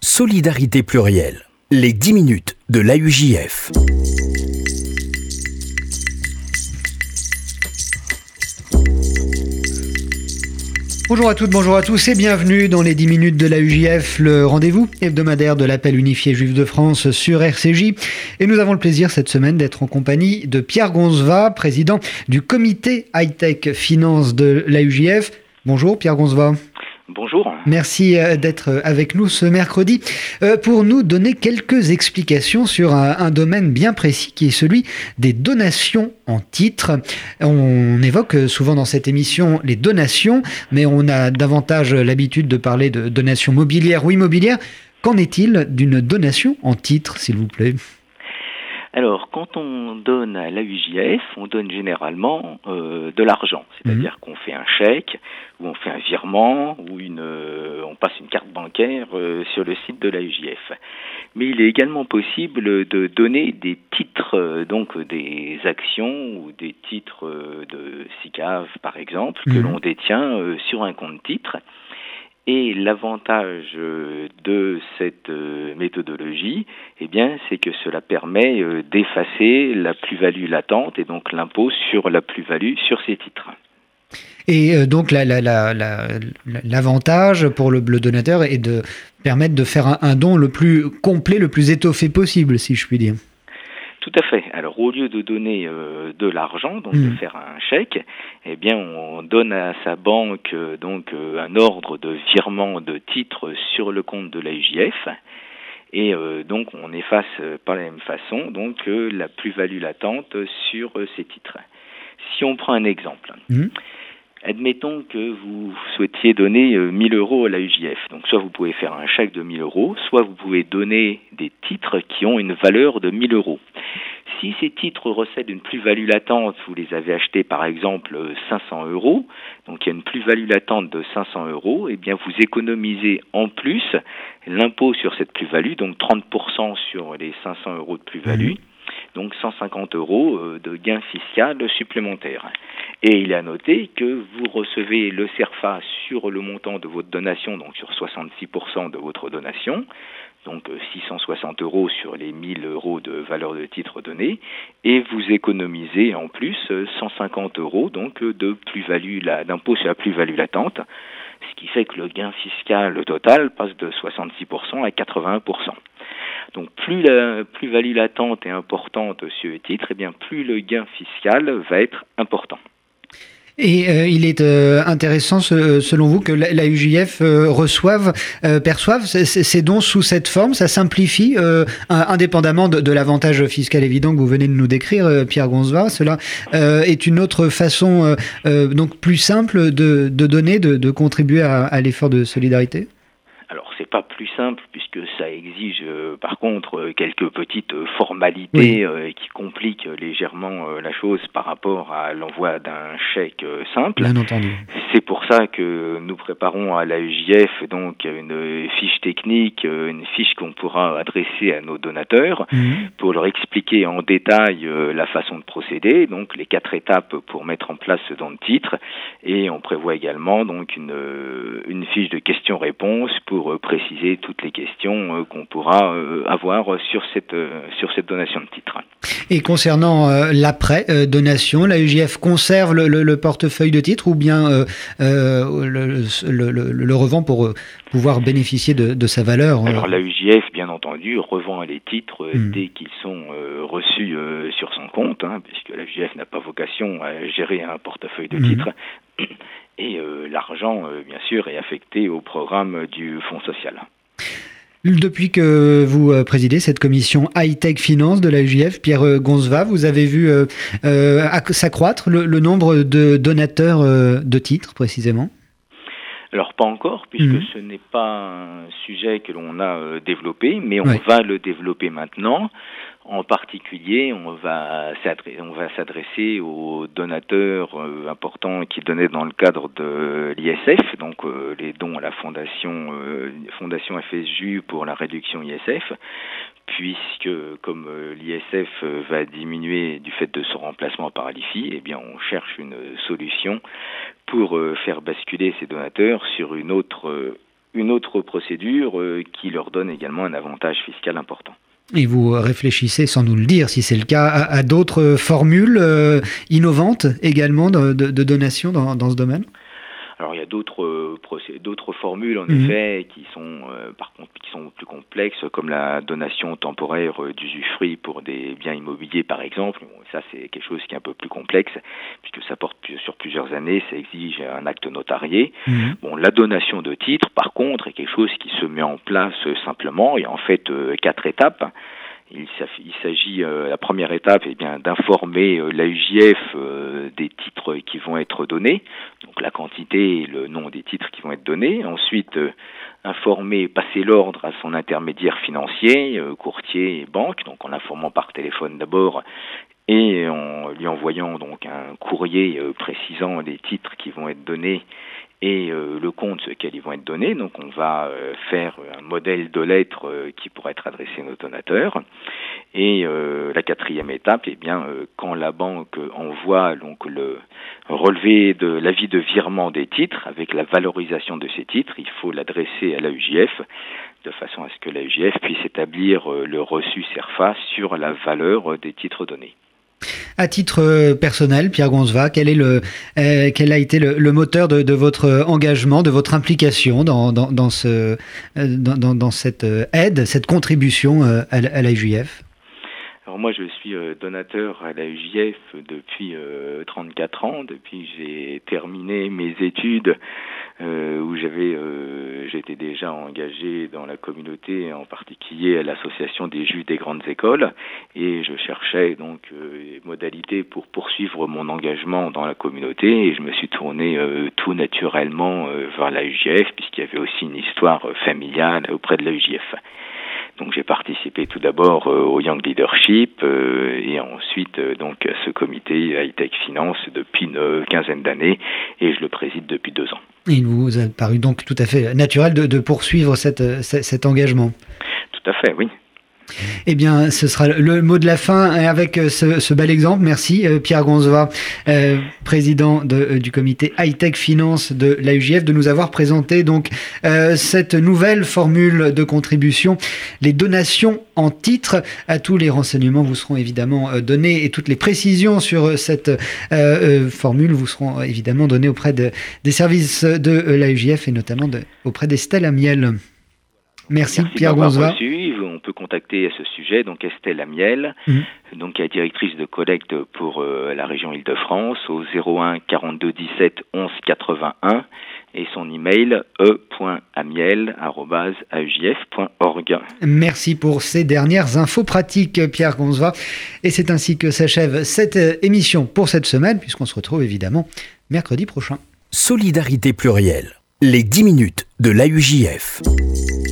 Solidarité plurielle. Les 10 minutes de l'AUJF. Bonjour à toutes, bonjour à tous et bienvenue dans les 10 minutes de l'AUJF, le rendez-vous hebdomadaire de l'appel unifié juif de France sur RCJ. Et nous avons le plaisir cette semaine d'être en compagnie de Pierre Gonzva, président du comité high-tech finance de l'AUJF. Bonjour Pierre Gonzva. Bonjour. Merci d'être avec nous ce mercredi pour nous donner quelques explications sur un domaine bien précis qui est celui des donations en titres. On évoque souvent dans cette émission les donations, mais on a davantage l'habitude de parler de donations mobilières ou immobilières. Qu'en est-il d'une donation en titres, s'il vous plaît ? Alors, quand on donne à l'AUJF, on donne généralement de l'argent. C'est-à-dire qu'on fait un chèque, ou on fait un virement, ou on passe une carte bancaire sur le site de l'AUJF. Mais il est également possible de donner des titres, donc des actions ou des titres de SICAV, par exemple, que l'on détient sur un compte titre. Et l'avantage de cette méthodologie, eh bien, c'est que cela permet d'effacer la plus-value latente et donc l'impôt sur la plus-value sur ces titres. Et donc l'avantage pour le donateur est de permettre de faire un don le plus complet, le plus étoffé possible, si je puis dire. Tout à fait. Alors, au lieu de donner de l'argent, donc de faire un chèque, eh bien, on donne à sa banque un ordre de virement de titres sur le compte de l'AUJF. Et donc, on efface par la même façon la plus-value latente sur ces titres. Si on prend un exemple, admettons que vous souhaitiez donner 1 000 € à l'AUJF. Donc, soit vous pouvez faire un chèque de 1 000 €, soit vous pouvez donner des titres qui ont une valeur de 1 000 €. Si ces titres recèlent une plus-value latente, vous les avez achetés par exemple 500 €, donc il y a une plus-value latente de 500 €, eh bien vous économisez en plus l'impôt sur cette plus-value, donc 30% sur les 500 € de plus-value, donc 150 € de gain fiscal supplémentaire. Et il est à noter que vous recevez le CERFA sur le montant de votre donation, donc sur 66% de votre donation, donc 660 € sur les 1 000 € de valeur de titre donnée, et vous économisez en plus 150 € donc de plus-value, d'impôt sur la plus-value latente, ce qui fait que le gain fiscal total passe de 66% à 81%. Donc plus la plus-value latente est importante sur les titres, eh bien plus le gain fiscal va être important. Et il est intéressant, selon vous, que l'AUJF perçoive ces dons sous cette forme. Ça simplifie, indépendamment de l'avantage fiscal évident que vous venez de nous décrire, Pierre Gonzva. Cela est une autre façon, donc plus simple de donner, de contribuer à l'effort de solidarité. Alors, c'est pas plus simple puisque ça exige, par contre, quelques petites formalités qui compliquent légèrement la chose par rapport à l'envoi d'un chèque simple. Bien entendu. C'est pour ça que nous préparons à l'AUJF donc une fiche technique, une fiche qu'on pourra adresser à nos donateurs pour leur expliquer en détail la façon de procéder, donc les 4 étapes pour mettre en place ce don de titre, et on prévoit également donc une fiche de questions-réponses pour préciser toutes les questions qu'on pourra avoir sur cette donation de titre. Et concernant l'après-donation, l'AUJF conserve le portefeuille de titres ou bien le revend pour pouvoir bénéficier de sa valeur Alors l'AUJF, bien entendu, revend les titres dès qu'ils sont reçus sur son compte, puisque l'AUJF n'a pas vocation à gérer un portefeuille de titres. Et l'argent, bien sûr, est affecté au programme du Fonds social. Depuis que vous présidez cette commission high-tech finance de l'AUJF, Pierre Gonzva, vous avez vu s'accroître le nombre de donateurs de titres, précisément ? Alors pas encore, puisque ce n'est pas un sujet que l'on a développé, mais on va le développer maintenant. En particulier, on va s'adresser aux donateurs importants qui donnaient dans le cadre de l'ISF, donc les dons à la fondation FSJU pour la réduction ISF, puisque comme l'ISF va diminuer du fait de son remplacement par l'IFI, eh bien on cherche une solution pour faire basculer ces donateurs sur une autre une autre procédure qui leur donne également un avantage fiscal important. Et vous réfléchissez, sans nous le dire si c'est le cas, à d'autres formules innovantes également de donation dans ce domaine ? Alors il y a d'autres formules en effet qui sont par contre qui sont plus complexes, comme la donation temporaire d'usufruit pour des biens immobiliers par exemple. Bon, ça c'est quelque chose qui est un peu plus complexe puisque ça porte sur plusieurs années, ça exige un acte notarié. Bon, la donation de titres par contre est quelque chose qui se met en place simplement. Il y a en fait 4 étapes. Il s'agit, la première étape, d'informer l'AUJF des titres qui vont être donnés, donc la quantité et le nom des titres qui vont être donnés. Ensuite, passer l'ordre à son intermédiaire financier, courtier et banque, donc en l'informant par téléphone d'abord et en lui envoyant donc un courrier précisant les titres qui vont être donnés et le compte sur lequel ils vont être donnés. Donc on va faire un modèle de lettre qui pourra être adressé à nos donateurs. Et la 4e étape, quand la banque envoie donc le relevé de l'avis de virement des titres avec la valorisation de ces titres, il faut l'adresser à l'AUJF de façon à ce que l'AUJF puisse établir le reçu CERFA sur la valeur des titres donnés. À titre personnel, Pierre Gonzva, quel a été le moteur de votre engagement, de votre implication dans cette aide, cette contribution à l'AUJF ? Alors moi, je suis donateur à l'AUJF depuis 34 ans, depuis que j'ai terminé mes études où j'étais déjà engagé dans la communauté, en particulier à l'association des Juifs des grandes écoles, et je cherchais donc des modalités pour poursuivre mon engagement dans la communauté, et je me suis tourné tout naturellement vers l'AUJF, puisqu'il y avait aussi une histoire familiale auprès de l'AUJF. Donc j'ai participé tout d'abord au Young Leadership et ensuite donc à ce comité High-Tech Finance depuis une quinzaine d'années, et je le préside depuis 2 ans. Il vous a paru donc tout à fait naturel de poursuivre cet engagement. Tout à fait, oui. Eh bien, ce sera le mot de la fin avec ce bel exemple. Merci Pierre Gonzva, président du comité High-Tech Finance de l'AUJF, de nous avoir présenté donc cette nouvelle formule de contribution, les donations en titres. À tous les renseignements vous seront évidemment donnés et toutes les précisions sur cette formule vous seront évidemment données auprès des services de l'AUJF et notamment auprès d'Estelle Amiel. Merci Pierre Gonzva. On peut contacter à ce sujet donc Estelle Amiel, donc qui est directrice de collecte pour la région Île-de-France au 01 42 17 11 81 et son email e.amiel@aujf.org. Merci pour ces dernières infos pratiques Pierre Gonzva, et c'est ainsi que s'achève cette émission pour cette semaine, puisqu'on se retrouve évidemment mercredi prochain. Solidarité plurielle, les 10 minutes de l'AUJF.